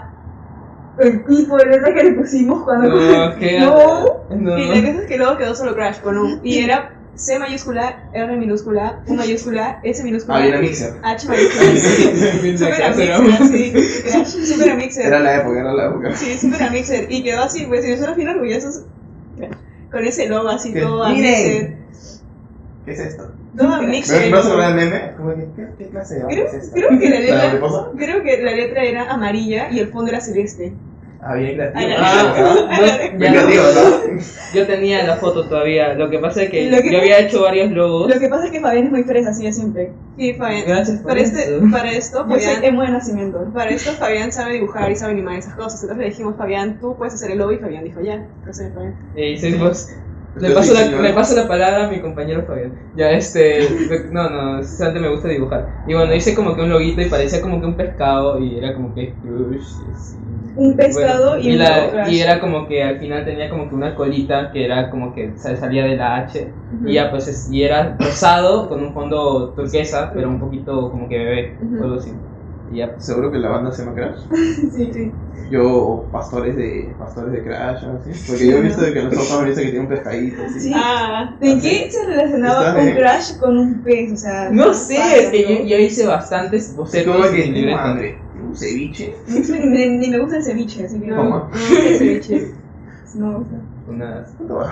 el tipo de letra que le pusimos cuando.
No, ¿qué?
No.
No.
Y la cosa es que luego quedó solo Crash con U. Y era C mayúscula, R minúscula, U mayúscula, S minúscula,
Ah, y era Mixer.
H mayúscula. Super Amixer, sí. Crash, Super Amixer.
Era la época.
Sí, Super Amixer. Y quedó así, pues, y nosotros bien orgullosos. Con ese logo así,
¿Qué?
todo
Miren.
Amixer.
¿Qué es esto?
Todo
¿No
Amixer.
se acuerdan del meme? Como que, ¿qué clase de
Creo,
es esta?
creo que la
¿La
letra,
mariposa?
creo que la letra era amarilla y el fondo era celeste.
Ah, bien creativo.
Ya
Bien
no.
creativo, ¿no?
Yo tenía la foto todavía. Lo que pasa es que
Lo que
yo había hecho varios logos.
Lo que pasa es que Fabián es muy fresa, así de simple.
Sí, Fabián.
Gracias por
Para,
eso.
para esto,
Yo soy
Fabián.
emo de nacimiento.
Para esto Fabián sabe dibujar y sabe animar esas cosas. Entonces le dijimos, Fabián, tú puedes hacer el logo y Fabián dijo, ya, lo sé, Fabián.
Y hicimos. Le
Yo
paso,
sí, señor.
le paso la palabra a mi compañero Fabián. Ya, no, antes me gusta dibujar. Y bueno, hice como que un loguito y parecía como que un pescado y era como que Crush. Así.
Un pescado y un Crash.
y era como que al final tenía como que una colita que era como que salía de la H. Y ya pues, y era rosado con un fondo turquesa, pero un poquito como que bebé, o algo así. Y ya pues.
Seguro que la banda se llama Crash.
Sí, sí.
Yo, pastores de Crash, ¿no? ¿Sí? Porque yo he visto de que los otros me dicen que tiene un pescadito, así.
Sí.
Ah,
¿En qué se relacionaba
Está
un
bien.
Crash con un pez? O sea,
No sé, es que yo hice bastantes
Es
bocetos
como que
en
tengo
libreta.
hambre. Un ceviche.
ni me gusta el ceviche, así que no,
Toma.
el ceviche.
no me gusta.
Una-
Toma.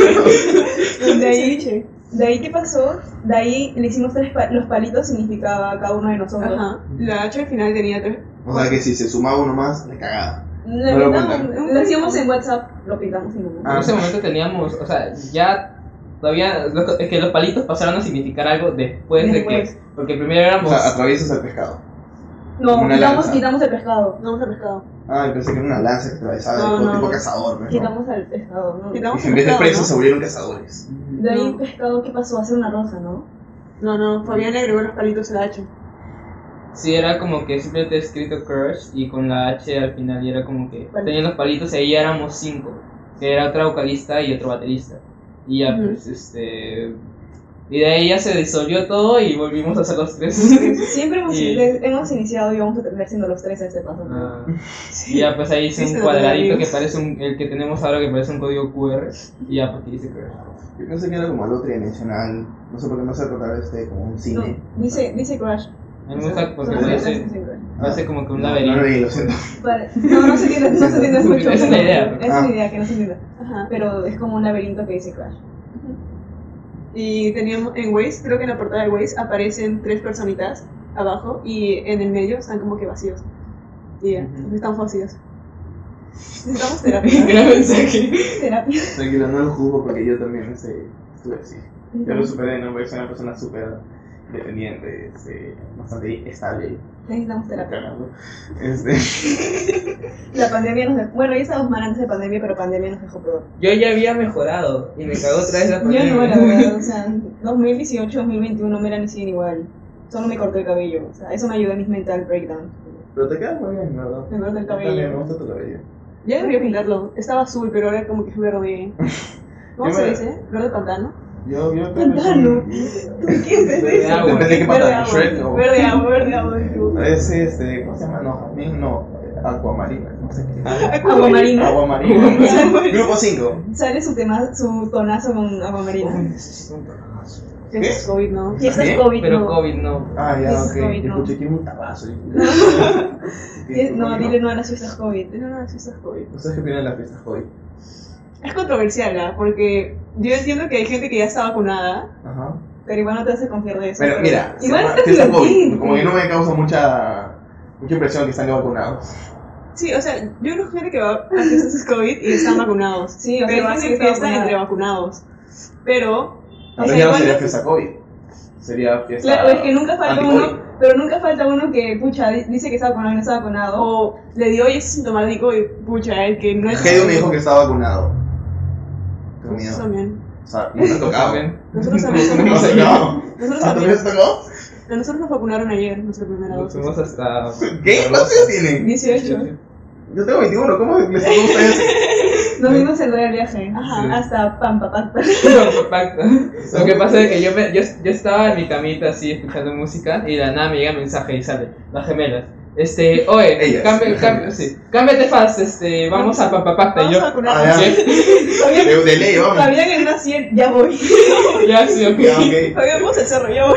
De ahí, ¿qué pasó? De ahí le hicimos los palitos, significaba a cada uno de nosotros.
Ajá. La H al final tenía 3.
O sea que si se sumaba uno más, le cagaba.
Lo,
No lo
pintamos,
cuentan.
lo hacíamos en WhatsApp, lo pintamos en
En ese momento teníamos, o sea, ya todavía, es que los palitos pasaron a significar algo después de que,
Después.
porque primero
O
éramos,
sea, atraviesas el pescado.
No,
Como una lanza.
quitamos el pescado.
No hemos pescado.
Ah, pensé que era una lanza que atravesaba
No,
tipo,
no,
tipo
no.
cazador. ¿no?
Quitamos el pescado, ¿no?
Quitamos
Y en vez de
pescado,
presos
¿no?
se volvieron cazadores.
De ahí
No.
pescado, ¿qué pasó? Hacer una rosa, ¿no?
No, Fabián le agregó los palitos a la H.
sí era como que simplemente escrito Crush y con la H al final y era como que
Vale.
tenían los palitos y ahí ya éramos 5, que era otra vocalista y otro baterista. Y ya
Ujú.
pues Y de ahí ya se disolvió todo y volvimos a ser los tres.
Siempre hemos,
Y-
hemos iniciado y vamos a terminar siendo los tres a este paso.
Ah, y ya pues ahí hice
Sí,
un
se
cuadradito
lo
que parece el que tenemos ahora que parece un código QR. Y ya pues dice Crash.
Yo pensé que era como algo tridimensional. No sé por qué me hace recordar como un
No,
cine.
dice Crash.
A mí me gusta porque
Son
parece,
letras, dice Crash.
parece como que un
No,
laberinto.
no lo vi, lo siento.
No se entiende, no se entiende mucho.
Esa es la idea.
Es una idea que no se entiende.
Ajá.
Pero es como un laberinto que dice Crash.
Y teníamos en Waze, creo que en la portada de Waze aparecen 3 personitas abajo y en el medio están como que vacíos. Y ya,
Ujú.
están vacíos. Necesitamos terapia.
Gran mensaje.
Terapia.
Tranquilo, no lo juzgo porque yo también estuve así. Yo lo superé, no, porque soy una persona súper independiente, bastante estable.
Necesitamos terapia.
Cagando.
La pandemia nos dejó. Bueno, ya estábamos mal antes de pandemia, pero pandemia nos dejó peor.
Yo ya había mejorado y me cagó otra vez la
Yo
pandemia.
no, la verdad. O sea, 2018, 2021 me eran siguen igual. Solo me corté el cabello. O sea, eso me ayudó en mis mental breakdown.
Pero te queda muy bien, la verdad.
Me corté el
También me
cabello.
gusta tu cabello.
Ya debería pintarlo. Estaba azul, pero ahora como que es verde. ¿Cómo
Yo
se
me-
dice? ¿Verde pantano?
Yo creo que
Pantano. ¿Tú qué entendés?
Agua.
Depende de qué
Verde
pantano,
agua.
Shrek o...
Verde agua, verde agua.
Es ¿cómo se llama? No, jazmín, no, aguamarina, no sé qué.
Aguamarina.
Aguamarina. Grupo 5.
Sale su tonazo con aguamarina.
Necesito un tabazo.
Es COVID, ¿no?
Fiestas
¿También?
COVID,
Pero
no.
COVID no.
Ah, ya,
Es
ok.
COVID,
Yo
no.
escuché que era un tabazo.
No, dile no a las fiestas COVID.
No, no, fiestas COVID.
¿Ustedes qué opinan de las fiestas hoy?
Es controversial, ¿ah? Porque yo entiendo que hay gente que ya está vacunada.
Ajá.
Pero igual no te hace confiar de eso.
Pero mira,
igual
se llama
está
fiesta COVID.
divertido.
Como que no me causa mucha impresión que están ya vacunados.
Sí, o sea, yo conozco gente que va a fiestas COVID y están vacunados.
Sí, o sea,
pero
va a
hay
ser
gente que
está
está entre
vacunada.
vacunados. Pero,
Entonces ya no sería fiesta COVID. Sería fiesta.
Claro, es que nunca falta
anti-COVID.
uno, pero nunca falta uno que, pucha, dice que está vacunado y no está vacunado.
o le dio y es sintomático y pucha, el que no es.
Hedio me dijo que estaba vacunado. Tengo
Nosotros
miedo.
también.
O sea, no me ha tocado.
Nosotros también.
No sé, no.
Nosotros
¿Ah,
también.
también se tocó?
A nosotros nos vacunaron ayer, nuestra primera
Nos
dosis.
fuimos hasta.
¿Qué? ¿Cuántos años tienen?
18.
Yo tengo 21, ¿cómo les tocó a ustedes?
Nos vimos el día del viaje.
Ajá.
Sí.
Hasta Pampapacta.
Pacto. Lo que pasa es que yo estaba en mi camita así escuchando música y de la nada me llega un mensaje y sale, las gemelas. Oye,
Ellas.
cámbiate fast, vamos a Pampapacta. Y
Vamos a
yo,
vacunar.
Ah, ya.
Fabián,
De ley, vamos.
Fabián en una 100, ya voy.
ya sí, ok.
Ya, ok.
Fabián, vamos al cerro, ya voy.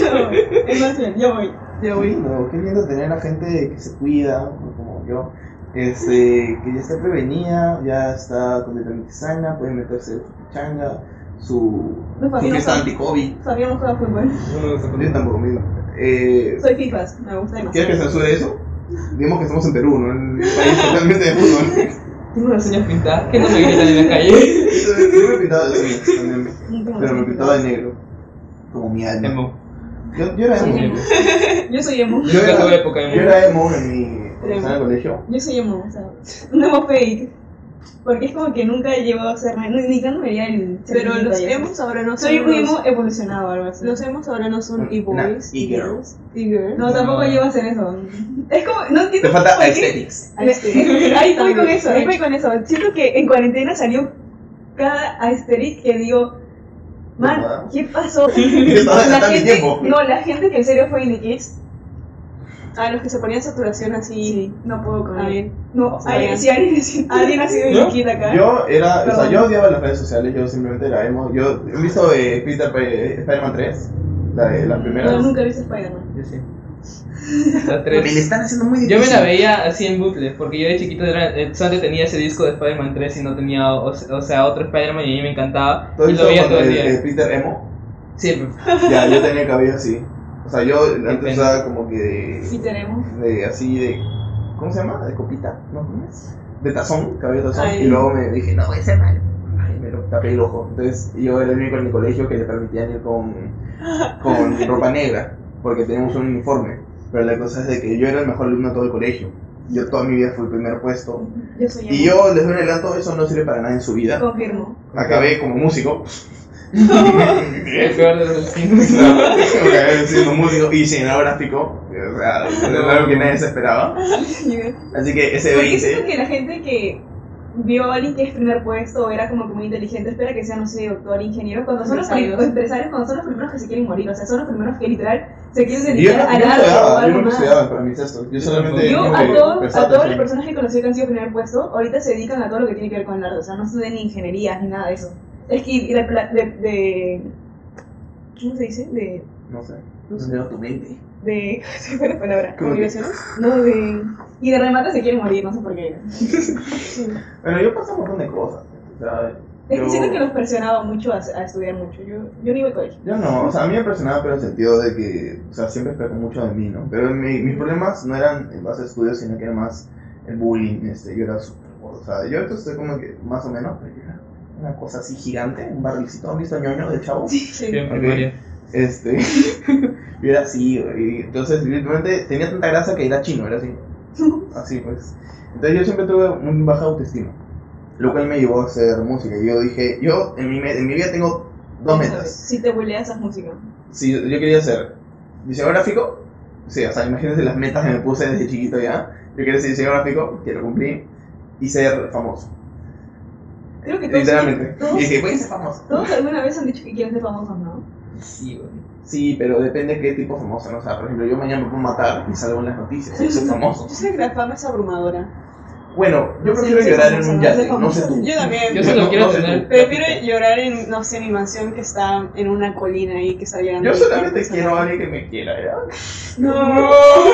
En una 100, ya voy.
Ya voy.
No, qué lindo tener a la gente que se cuida, como yo, que ya está prevenida, ya está completamente sana, puede meterse su pichanga, su
Fabián
fiesta
no
anti-COVID.
Fabián no juega fútbol.
Yo tampoco, mismo.
Soy FIFAs, me gusta
¿Quieres
demasiado.
que censure eso? Digamos que estamos en Perú, ¿no? En un país totalmente de fútbol.
Tengo las uñas pintadas, que no me gritan en la calle.
Yo me pintaba de uñas también,
No tengo
pero me
nada.
pintaba de negro, como mi alma.
Emo.
Yo era
Soy
emo.
emo. Yo soy emo.
Yo
Nunca tuve
era,
época
yo
emo.
era emo cuando estaba en el colegio.
Yo soy emo, o sea, un emo fake. Porque es como que nunca llegó a ser nada, ni cuando veía el.
Pero los
y eso.
emos ahora no son.
Soy un
los-
emo evolucionado o algo así.
Los emos ahora no son
Una
e-boys.
e-girls.
E-girls.
No, tampoco
No.
llevo a hacer eso. Es como, no
Te
entiendo.
falta
por qué-
aesthetics.
Ahí voy con eso, ahí voy con eso. Siento que en cuarentena salió cada aesthetic que digo, man,
¿Verdad?
¿qué pasó?
Estaba gastando mi tiempo.
No, la gente que en serio fue in the kids,
Ah, los que se ponían saturación así.
sí, no puedo con
Ah,
él.
bien.
No,
Sí.
si alguien ha sido in
¿Yo?
the kid acá.
Yo era, o sea,
Perdón.
yo odiaba las redes sociales, yo simplemente era emo. Yo he visto Spider-Man 3, la primera.
No, nunca he visto Spider-Man.
Yo sí. La
Me
3.
le están haciendo muy
Yo
difícil.
me la veía así en bootleg, porque yo de chiquito solamente tenía ese disco de Spider-Man 3 y no tenía, o sea, otro Spider-Man y a mí me encantaba.
¿Todo
Y lo
esto
veía
cuando
todo el día.
el Peter emo?
Sí,
Ya, yo tenía el cabello así. O sea, yo antes
pena.
usaba como que
Peter emo.
de así de. ¿Cómo se llama? De copita, ¿no? ¿Cómo es? De tazón, cabello de tazón.
Ay.
Y luego me dije, no, ese mal. Ay, me lo tapé el ojo. Entonces yo era el único en mi colegio que le permitían ir con ropa negra, porque teníamos un uniforme. Pero la cosa es de que yo era el mejor alumno de todo el colegio. Yo toda mi vida fui el primer puesto.
Yo soy emo.
Y yo les doy un adelanto, eso no sirve para nada en su vida.
Confirmo.
Acabé como músico.
el peor de los destinos.
Acabé siendo músico y diseñador gráfico. O sea, es algo que nadie se esperaba. Así que ese
Porque siento
20.
que la gente que vio a alguien que es primer puesto, era como que muy inteligente, espera que sea, no sé, doctor, ingeniero, cuando son los empresarios, cuando son los primeros que se quieren morir, o sea, son los primeros que literal se quieren dedicar al arte o algo
yo no
más.
estudiaba para mí esto. Yo solamente.
Yo a todas las personas que conocí que han sido primer puesto, ahorita se dedican a todo lo que tiene que ver con el arte, o sea, no estudian ni ingeniería ni nada de eso. Es que ¿cómo se dice?
No sé. No leo tu mente.
¿Cuál fue la palabra?
¿Comunicaciones?
No, y de remate se quieren morir, no sé por qué.
Bueno, yo paso un montón de cosas. O sea,
Es que siento que los presionaba mucho a estudiar mucho. Yo ni voy al colegio.
Yo no, o sea, a mí me presionaba, pero en el sentido de que, o sea, siempre esperó mucho de mí, ¿no? Pero mis problemas no eran en base a estudios, sino que era más el bullying. Yo era súper gordo. O sea, yo ahorita estoy como que más o menos, pero yo era una cosa así gigante, un barrilcito. ¿Han visto ñoño de chavo?
Sí, en
Ok.
primaria.
Yo era así, y entonces literalmente tenía tanta grasa que era chino, era así. Así pues. Entonces yo siempre tuve muy baja autoestima, lo cual me llevó a hacer música. Y yo dije, yo en mi vida tengo dos metas.
Si te buleas, haz música.
Si yo quería ser diseñador gráfico, sí, o sea, imagínense las metas que me puse desde chiquito ya. Yo quería ser diseñador gráfico, que lo cumplí, y ser famoso.
Creo que todos,
Literalmente. Y dije, voy a ser famoso.
todos alguna vez han dicho que quieren ser famosos, ¿no?
Sí, güey.
Sí, pero depende de qué tipo de famoso, ¿no? O sea, por ejemplo, yo mañana me puedo matar y salgo en las noticias, y soy famoso.
Yo sé que la fama es abrumadora.
Bueno, yo prefiero
Sí,
llorar
famoso,
en un
no sé
yate,
famoso.
no sé tú.
Yo también.
Yo solo quiero
no sé
tener.
tú.
Prefiero llorar en, no sé, mi mansión que está en una colina ahí que está llorando.
Yo solamente quiero a alguien que me quiera, ¿ya?
No.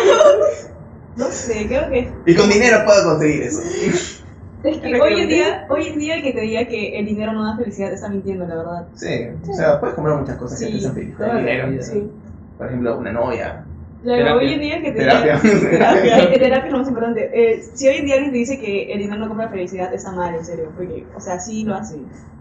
No sé, creo que
Y con dinero puedo conseguir eso.
es que hoy en día el que te diga que el dinero no da felicidad te está mintiendo, la verdad.
Sí, o sea, puedes comprar muchas cosas que
Sí,
te hacen feliz.
toda
Con
la
dinero.
vida.
Sí.
Por ejemplo, una novia.
Claro,
Terapia.
hoy en día el que te
Terapia.
diga terapia es lo más importante. Si hoy en día alguien te dice que el dinero no compra felicidad, está mal, en serio, porque, o sea, sí lo hace.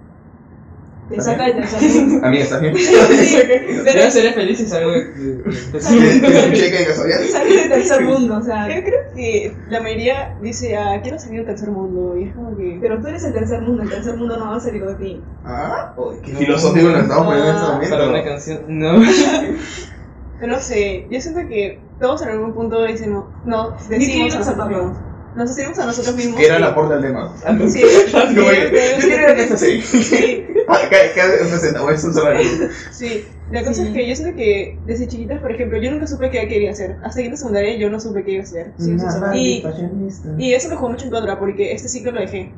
Te
¿Está
saca
bien?
del tercer mundo.
Amiga, ¿estás bien?
Yo seré feliz si salgo de.
¿Tienes un cheque de casualidad?
Sale del tercer mundo, o sea.
Yo creo que la mayoría dice, quiero salir del tercer mundo. Y es como que.
Pero tú eres el tercer mundo no va a salir de ti.
Ah, qué filosófico nos estamos poniendo en este
Para una
momento.
canción. No.
Pero no sé, yo siento que todos en algún punto decimos
Yo
a nosotros mismos. Nos decimos a nosotros mismos.
Que era el aporte al tema.
Sí,
Como que, yo quiero ver que esto así.
Sí,
¿Qué presenta? ¿O es un solo anillo?
sí. La cosa
Sí.
es que yo siento que desde chiquitas, por ejemplo, yo nunca supe qué quería hacer. Hasta quinta secundaria yo no supe qué iba a hacer. Sí, sí, sí. Y eso me jugó mucho en contra porque este ciclo lo dejé.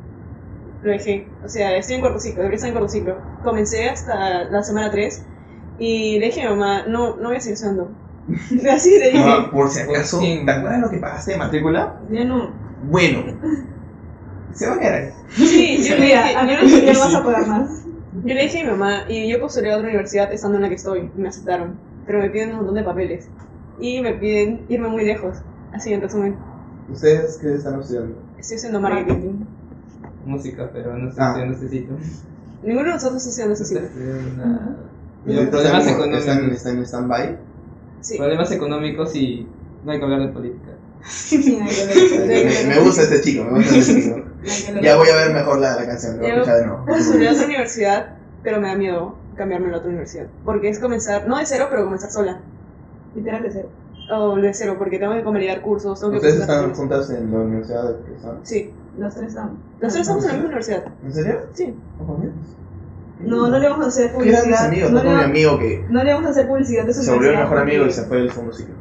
O sea, estoy en cuarto ciclo, debería estar en cuarto ciclo. Comencé hasta la semana 3 y le dije a mi mamá, no voy a seguir estudiando. Así le dije.
No, por si acaso,
¿Por quién?
¿te acuerdas lo que pagaste de matrícula?
Ya no.
Bueno, se va a quedar ahí.
Sí, yo le
Mira,
dije,
a menos que ya no vas a pagar más.
yo le dije a mi mamá y yo postulé a otra universidad estando en la que estoy y me aceptaron. Pero me piden un montón de papeles y me piden irme muy lejos. Así en resumen,
¿Ustedes qué están estudiando?
estoy haciendo marketing.
Música, pero no estoy
Ah.
estudiando este sitio.
Ninguno de nosotros está haciendo
No
ese
estoy
ciclo.
estudiando nada. Y los
¿Están
problemas
como-
económicos.
¿Están en stand-by?
Sí.
Problemas económicos y no hay que hablar de política.
Sí, nada que ver.
Me gusta este chico, me gusta este chico.
Nada que ver.
Ya voy a ver mejor la canción, lo voy a
Yo
escuchar de nuevo.
postulé a otra universidad, pero me da miedo cambiarme a la otra universidad. Porque es comenzar, no de cero, pero comenzar sola.
Literal de cero.
O de cero, porque tengo que convalidar cursos, tengo que
¿Ustedes
presentar
están
papeles.
juntas en la universidad que están?
Sí.
Los tres estamos.
Nosotros estamos en la misma universidad.
¿En serio?
Sí.
No, no le vamos a hacer
¿Qué grandes
publicidad.
amigos?
No
Tengo mi
le,
amigo que
no le vamos a hacer publicidad de su
se volvió el
universidad.
mejor amigo y
porque-
se fue del segundo ciclo.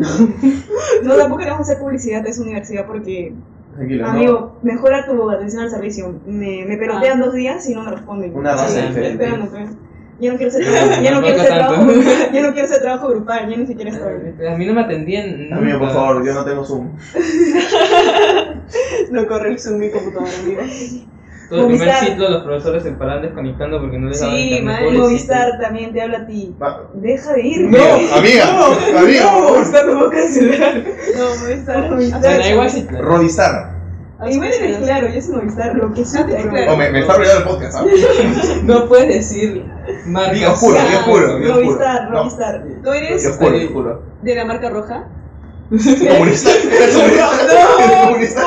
No, tampoco le vamos a hacer publicidad de su universidad porque,
Tranquilo,
amigo, mejora tu atención al servicio. Me pelotean 2 días y no me responden.
Una raza
Sí,
diferente.
Espérame, pues. Ya no quiero hacer trabajo, ya no quiero hacer
Tampoco
trabajo,
tanto.
ya no quiero hacer trabajo grupal, ya ni siquiera estoy.
A mí no me atendían.
Amigo, por
nunca.
favor, yo no tengo Zoom.
No corre el Zoom mi computadora, amigo.
Todo el primer
Movistar.
ciclo los profesores se paraban desconectando porque no les daban
Sí,
internet.
madre,
Pobrecito.
Movistar también te habla a ti.
Va.
Deja de ir.
No, amiga, amiga, por favor.
Movistar me va a cancelar.
No, Movistar.
Movistar.
Bueno, igual sí.
Rodistar.
Igual eres claro, yo soy Movistar, lo que sea.
tienes
pero-
claro.
Oh, me está olvidando el podcast, ¿sabes?
No puedes decir marcas.
Yo juro, yo juro.
Movistar,
No.
Movistar.
¿Tú eres
Yo juro, yo juro.
de la marca roja?
Comunista. ¿Eres comunista?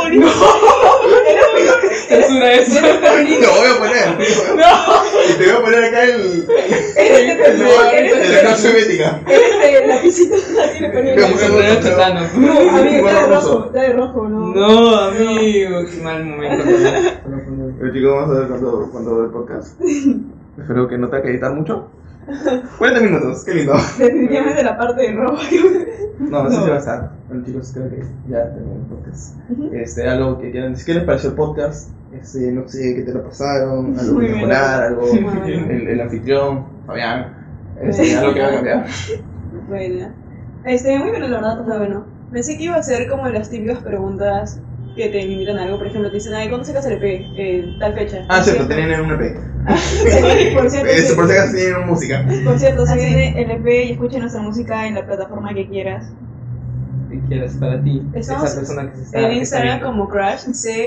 Censura eso.
Lo voy a poner. Y te voy a poner acá el.
Eres
La Unión Soviética.
de la lapicito, así le ponía el
Pero,
lápiz.
Porque no era chatano.
No, amigo, está de
Rojo.
rojo, está de rojo, ¿no?
No, amigo, qué mal momento.
Pero chicos, vamos a ver cuando el podcast. Espero que no te haga editar mucho. 40 minutos, qué lindo.
Definitivamente la parte de rojo.
No, no sé si va a estar. Bueno chicos, creo que ya terminó el podcast. Algo que quieran decir, ¿qué les pareció el podcast? No sé, ¿qué te lo pasaron? Algo
Muy
que
bien.
mejorar, algo,
Muy bueno.
el anfitrión, Fabián, algo que va a cambiar.
Bueno. Muy bueno, la verdad, está bueno. Pensé que iba a ser como las típicas preguntas que te invitan a algo. Por ejemplo, te dicen, ay, ¿cuándo sacas el EP? Tal fecha.
Ah, cierto, tenían en un EP.
Por cierto,
Por si acaso tienen música.
por cierto, se viene el EP y escucha nuestra música en la plataforma que quieras.
Si quieres para ti,
Estamos
esa persona que se está.
En
que está
Instagram
viendo.
como Crush,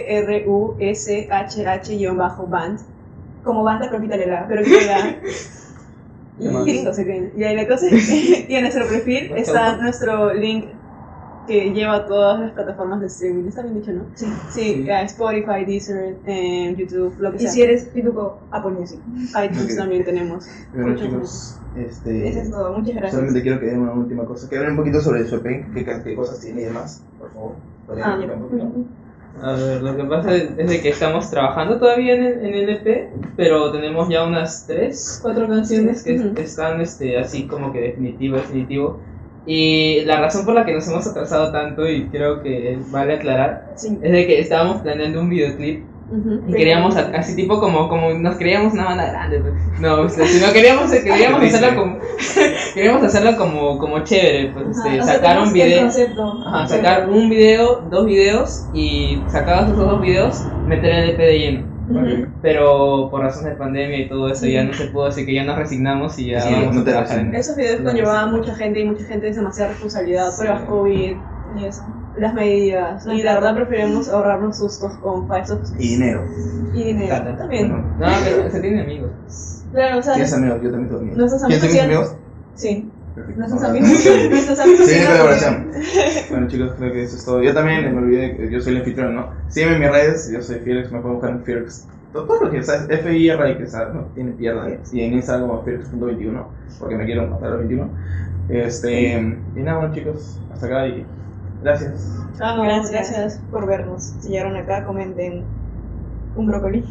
CRUSHH-band. Como banda, pero quítale la. Pero quítale la.
¿Qué más?
Y gringos se creen. Y ahí la cosa es que tiene nuestro perfil, está nuestro link que lleva a todas las plataformas de streaming. ¿Está bien dicho, no?
Sí.
Sí, Spotify, Deezer, YouTube, lo que
Y
sea.
si eres pituco, Apple Music.
iTunes
Ok.
también tenemos.
Bueno
Muchas
chicos,
Eso es todo, muchas gracias.
solamente quiero que den una última cosa. Que hablen un poquito sobre su EP, qué cosas tiene y demás, por favor. ¿Podrían
Ah,
explicar un poquito?
A ver, lo que pasa es de que estamos trabajando todavía en el EP, pero tenemos ya unas 3, 4 canciones que
Ujú.
están así como que definitivo. Y la razón por la que nos hemos atrasado tanto, y creo que vale aclarar,
Sí.
es de que estábamos planeando un videoclip
Ujú.
y queríamos así tipo como nos creíamos una banda grande, pues. No, sino queríamos hacerlo como chévere, pues
Ajá, o sea,
sacar un
tenemos el
video.
concepto.
Ajá, sacar un video, 2 videos y sacados esos 2 videos, meter el EP de lleno.
Ujú.
Pero por razones de pandemia y todo eso
Sí.
ya no se pudo, así que ya nos resignamos y ya
Sí,
vamos
no
a
te
trabajar en
resignas.
Esos videos conllevaban mucha gente y mucha gente es demasiada responsabilidad, pruebas COVID y eso, las medidas. Y la verdad preferimos ahorrarnos sustos con falsos
Y dinero.
y dinero
Plata.
también.
Bueno,
No, pero se tienen amigos. Pues.
Claro, o sea,
¿tienes amigos? Yo también tengo amigos.
nuestros
¿Quiénes son mis
amigos
amigos?
sí,
Perfecto.
nuestros
Ahora,
amigos, nuestros amigos
Sí,
sí,
colaboración. Bueno chicos, creo que eso es todo. Yo también me olvidé que yo soy el anfitrión, ¿no? Sígueme en mis redes, yo soy Felix, me pueden buscar en Felix. Todo lo que sabes, FIRX, no tiene pierda. Y en Instagram como Felix.21, porque me quiero matar a los 21. Y nada, bueno chicos, hasta acá y gracias.
Ah, no,
Gracias por vernos. Si llegaron acá, comenten un brócoli.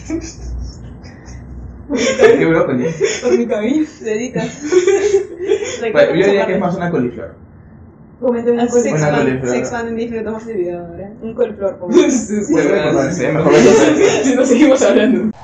Qué brócoli.
Por mi cabello, deditas.
Yo diría que es más una coliflor.
Comenten un
Así se
Una
coliflor.
coliflor.
expanden disfrutamos de video ahora.
Un coliflor, comenten.
Bueno, mejor eso.
Si no seguimos hablando.